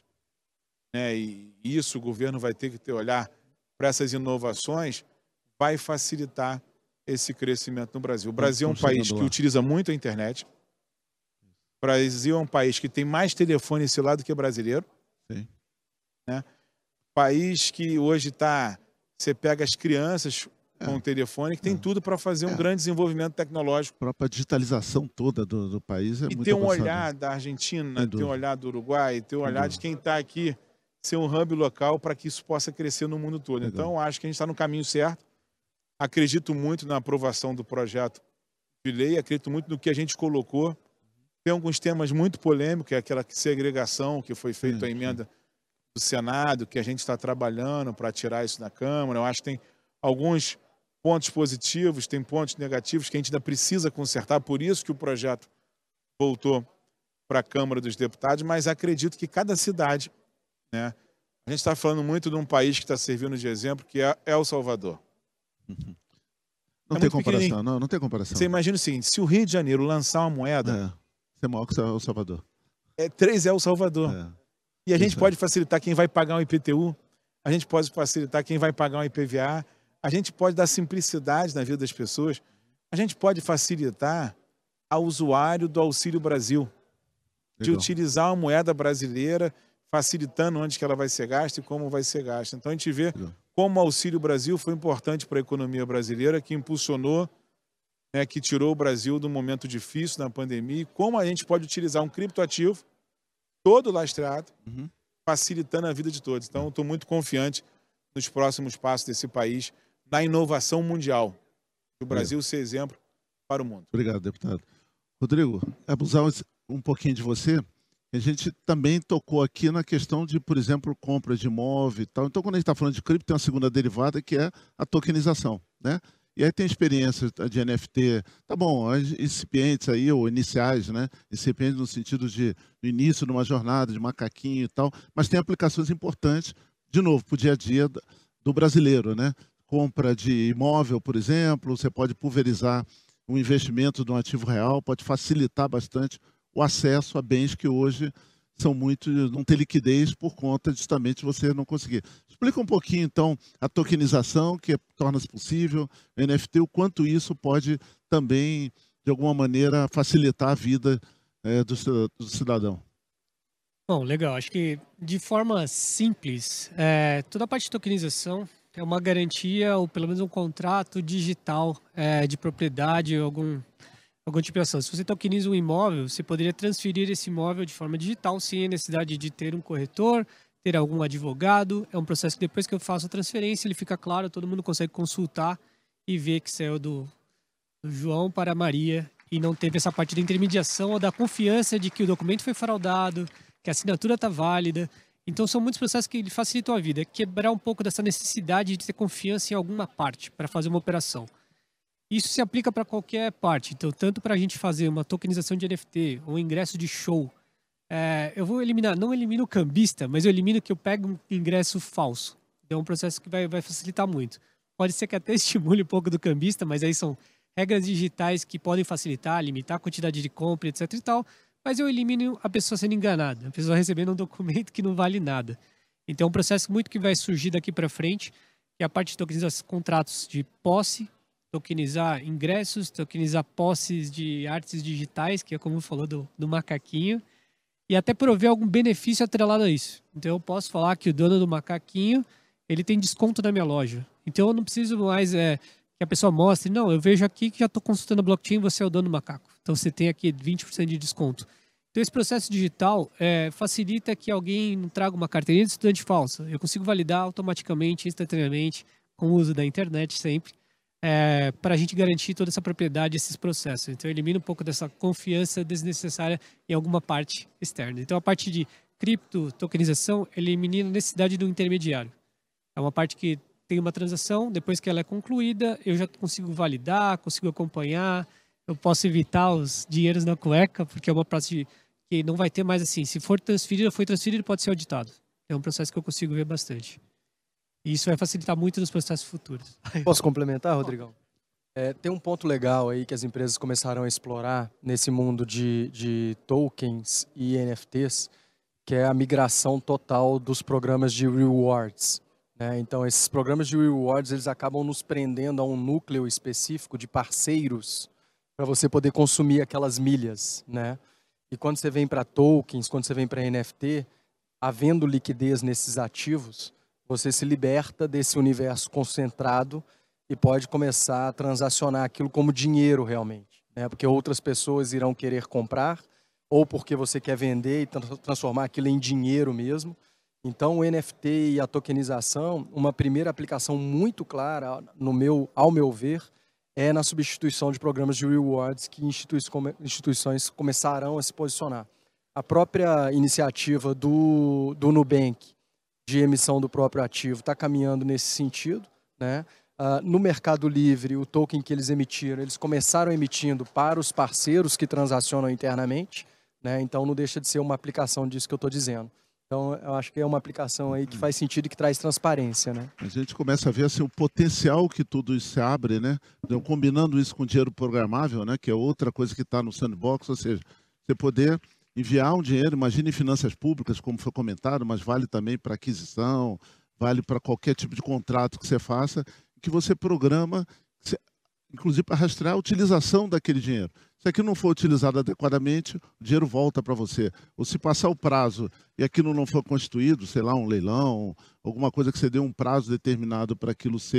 e isso o governo vai ter que olhar para essas inovações, vai facilitar esse crescimento no Brasil. O Brasil é um país que utiliza muito a internet. O Brasil é um país que tem mais telefone celular do que brasileiro. Sim. País que hoje você pega as crianças com o telefone, que tem tudo para fazer um grande desenvolvimento tecnológico. A própria digitalização toda do país é muito ter um avançada. olhar da Argentina, ter um olhar do Uruguai, ter um olhar de quem está aqui, ser um hub local para que isso possa crescer no mundo todo. Então, acho que a gente está no caminho certo. Acredito muito na aprovação do projeto de lei, acredito muito no que a gente colocou. Tem alguns temas muito polêmicos, é aquela segregação que foi feita a emenda do Senado, que a gente está trabalhando para tirar isso da Câmara. Eu acho que tem alguns pontos positivos, tem pontos negativos que a gente ainda precisa consertar, por isso que o projeto voltou para a Câmara dos Deputados, mas acredito que cada cidade, a gente está falando muito de um país que está servindo de exemplo, que é El Salvador. Não tem comparação, não tem comparação. Você imagina o seguinte, se o Rio de Janeiro lançar uma moeda... é maior que El Salvador. 3 é El Salvador. E a gente pode facilitar quem vai pagar um IPTU, a gente pode facilitar quem vai pagar um IPVA, a gente pode dar simplicidade na vida das pessoas, a gente pode facilitar ao usuário do Auxílio Brasil, de utilizar a moeda brasileira, facilitando onde que ela vai ser gasta e como vai ser gasta. Então a gente vê como o Auxílio Brasil foi importante para a economia brasileira, que impulsionou né, que tirou o Brasil de um momento difícil na pandemia, e como a gente pode utilizar um criptoativo todo lastreado, facilitando a vida de todos. Então, estou muito confiante nos próximos passos desse país na inovação mundial. O Brasil ser exemplo para o mundo. Obrigado, deputado. Rodrigo, abusar um pouquinho de você. A gente também tocou aqui na questão de, por exemplo, compra de imóvel e tal. Então, quando a gente está falando de cripto, tem uma segunda derivada que é a tokenização, né? E aí tem experiência de NFT, tá bom, incipientes aí, ou iniciais, né? Incipientes no sentido de no início de uma jornada, de macaquinho e tal, mas tem aplicações importantes, de novo, para o dia a dia do brasileiro, né? Compra de imóvel, por exemplo, você pode pulverizar um investimento de um ativo real, pode facilitar bastante o acesso a bens que hoje são muito, não tem liquidez por conta justamente de você não conseguir. Explica um pouquinho, então, a tokenização, que torna-se possível, o NFT, o quanto isso pode também, de alguma maneira, facilitar a vida do cidadão. Bom, legal. Acho que, de forma simples, toda a parte de tokenização é uma garantia, ou pelo menos um contrato digital de propriedade, algum tipo de ação. Se você tokeniza um imóvel, você poderia transferir esse imóvel de forma digital sem a necessidade de ter um corretor, ter algum advogado. É um processo que depois que eu faço a transferência, ele fica claro, todo mundo consegue consultar e ver que saiu do João para a Maria e não teve essa parte da intermediação ou da confiança de que o documento foi fraudado, que a assinatura está válida. Então são muitos processos que facilitam a vida. Quebrar um pouco dessa necessidade de ter confiança em alguma parte para fazer uma operação. Isso se aplica para qualquer parte. Então, tanto para a gente fazer uma tokenização de NFT ou um ingresso de show, eu vou eliminar, não elimino o cambista, mas eu elimino que eu pego um ingresso falso. Então, é um processo que vai facilitar muito. Pode ser que até estimule um pouco do cambista, mas aí são regras digitais que podem facilitar, limitar a quantidade de compra, etc e tal. Mas eu elimino a pessoa sendo enganada, a pessoa recebendo um documento que não vale nada. Então, é um processo muito que vai surgir daqui para frente, que é a parte de tokenizar contratos de posse, tokenizar ingressos, tokenizar posses de artes digitais, que é como falou do macaquinho, e até prover algum benefício atrelado a isso. Então eu posso falar que o dono do macaquinho, ele tem desconto na minha loja. Então eu não preciso mais que a pessoa mostre, não, eu vejo aqui que já estou consultando a blockchain, você é o dono do macaco. Então você tem aqui 20% de desconto. Então esse processo digital facilita que alguém não traga uma carteirinha de estudante falsa. Eu consigo validar automaticamente, instantaneamente, com o uso da internet sempre, para a gente garantir toda essa propriedade, esses processos. Então, elimina um pouco dessa confiança desnecessária em alguma parte externa. Então, a parte de cripto, tokenização, elimina a necessidade do intermediário. É uma parte que tem uma transação, depois que ela é concluída, eu já consigo validar, consigo acompanhar, eu posso evitar os dinheiros na cueca, porque é uma parte que não vai ter mais assim, se for transferido, foi transferido, pode ser auditado. É um processo que eu consigo ver bastante. E isso vai facilitar muito nos processos futuros. Posso complementar, Rodrigão? Tem um ponto legal aí que as empresas começaram a explorar nesse mundo de tokens e NFTs, que é a migração total dos programas de rewards, né? Então, esses programas de rewards, eles acabam nos prendendo a um núcleo específico de parceiros para você poder consumir aquelas milhas, né? E quando você vem para tokens, quando você vem para NFT, havendo liquidez nesses ativos, você se liberta desse universo concentrado e pode começar a transacionar aquilo como dinheiro realmente, né? Porque outras pessoas irão querer comprar, ou porque você quer vender e transformar aquilo em dinheiro mesmo. Então, o NFT e a tokenização, uma primeira aplicação muito clara, ao meu ver, é na substituição de programas de rewards que instituições começarão a se posicionar. A própria iniciativa do Nubank, de emissão do próprio ativo, está caminhando nesse sentido, né? No Mercado Livre, o token que eles emitiram, eles começaram emitindo para os parceiros que transacionam internamente, né? Então não deixa de ser uma aplicação disso que eu estou dizendo. Então eu acho que é uma aplicação aí que faz sentido e que traz transparência, né? A gente começa a ver assim, o potencial que tudo isso se abre, né? Então, combinando isso com dinheiro programável, né? Que é outra coisa que está no sandbox, ou seja, você poder enviar um dinheiro, imagine em finanças públicas, como foi comentado, mas vale também para aquisição, vale para qualquer tipo de contrato que você faça, que você programa, inclusive para rastrear a utilização daquele dinheiro. Se aquilo não for utilizado adequadamente, o dinheiro volta para você. Ou se passar o prazo e aquilo não for constituído, sei lá, um leilão, alguma coisa que você dê um prazo determinado para aquilo ser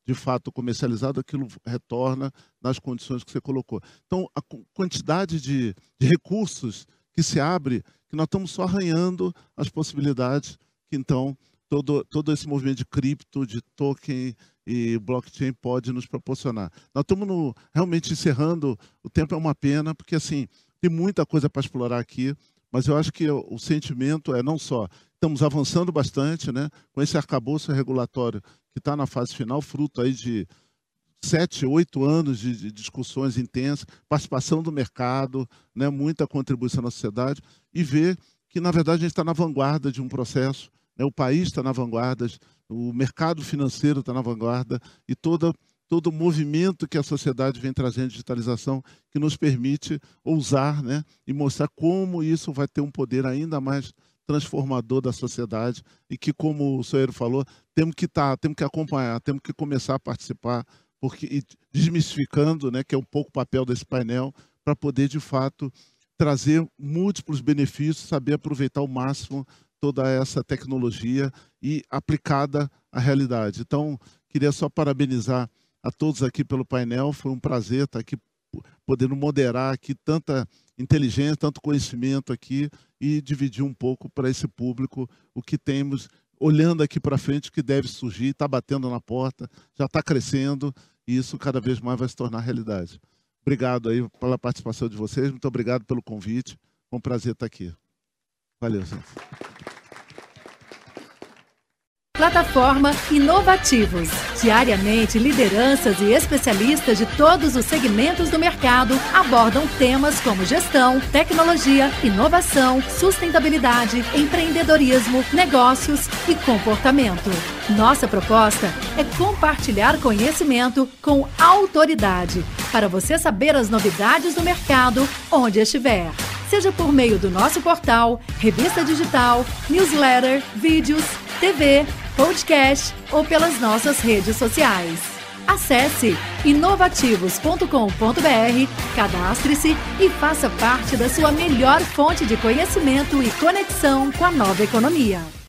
de fato comercializado, aquilo retorna nas condições que você colocou. Então, a quantidade de recursos que se abre, que nós estamos só arranhando as possibilidades que, então, todo esse movimento de cripto, de token e blockchain pode nos proporcionar. Nós estamos realmente encerrando, o tempo é uma pena, porque assim, tem muita coisa para explorar aqui, mas eu acho que o sentimento é não só, estamos avançando bastante, né, com esse arcabouço regulatório que está na fase final, fruto aí de 7, 8 anos de discussões intensas, participação do mercado, né, muita contribuição na sociedade, e ver que, na verdade, a gente está na vanguarda de um processo, né, o país está na vanguarda, o mercado financeiro está na vanguarda, e todo o movimento que a sociedade vem trazendo de digitalização, que nos permite ousar, né, e mostrar como isso vai ter um poder ainda mais transformador da sociedade, e que, como o Soeiro falou, temos que acompanhar, temos que começar a participar, porque desmistificando, né, que é um pouco o papel desse painel, para poder, de fato, trazer múltiplos benefícios, saber aproveitar ao máximo toda essa tecnologia e aplicada à realidade. Então, queria só parabenizar a todos aqui pelo painel, foi um prazer estar aqui, podendo moderar aqui tanta inteligência, tanto conhecimento aqui e dividir um pouco para esse público o que temos, olhando aqui para frente, que deve surgir, está batendo na porta, já está crescendo e isso cada vez mais vai se tornar realidade. Obrigado aí pela participação de vocês, muito obrigado pelo convite, foi um prazer estar aqui. Valeu, gente. Plataforma Inovativos. Diariamente, lideranças e especialistas de todos os segmentos do mercado abordam temas como gestão, tecnologia, inovação, sustentabilidade, empreendedorismo, negócios e comportamento. Nossa proposta é compartilhar conhecimento com autoridade, para você saber as novidades do mercado onde estiver. Seja por meio do nosso portal, revista digital, newsletter, vídeos, TV, podcast ou pelas nossas redes sociais. Acesse inovativos.com.br, cadastre-se e faça parte da sua melhor fonte de conhecimento e conexão com a nova economia.